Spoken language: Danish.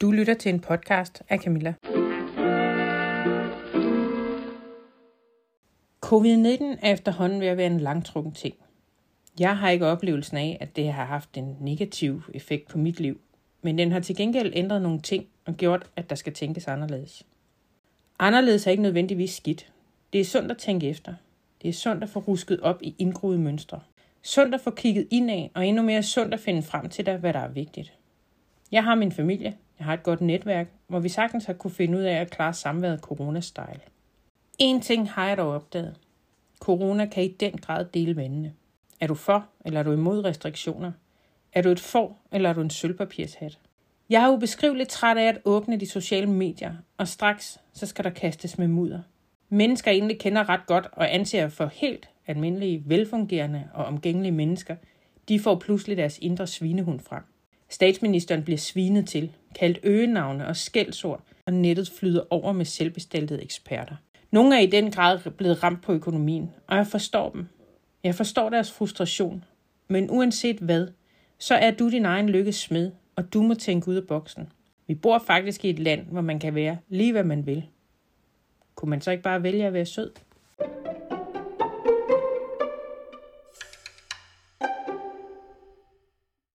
Du lytter til en podcast af Camilla. Covid-19 er efterhånden ved at være en langtrukken ting. Jeg har ikke oplevelsen af, at det har haft en negativ effekt på mit liv, men den har til gengæld ændret nogle ting og gjort, at der skal tænkes anderledes. Anderledes er ikke nødvendigvis skidt. Det er sundt at tænke efter. Det er sundt at få rusket op i indgroede mønstre. Sundt at få kigget indad, og endnu mere sundt at finde frem til dig, hvad der er vigtigt. Jeg har min familie. Jeg har et godt netværk, hvor vi sagtens har kunne finde ud af at klare samværet corona-style. En ting har jeg dog opdaget. Corona kan i den grad dele vandene. Er du for, eller er du imod restriktioner? Er du et får, eller er du en sølvpapirshat? Jeg er ubeskriveligt træt af at åbne de sociale medier, og straks så skal der kastes med mudder. Mennesker jeg egentlig kender ret godt og anser for helt almindelige, velfungerende og omgængelige mennesker, de får pludselig deres indre svinehund frem. Statsministeren bliver svinet til, kaldt øgenavne og skældsord, og nettet flyder over med selvbestaltede eksperter. Nogle er i den grad blevet ramt på økonomien, og jeg forstår dem. Jeg forstår deres frustration, men uanset hvad, så er du din egen lykkes smed, og du må tænke ud af boksen. Vi bor faktisk i et land, hvor man kan være lige hvad man vil. Kunne man så ikke bare vælge at være sød?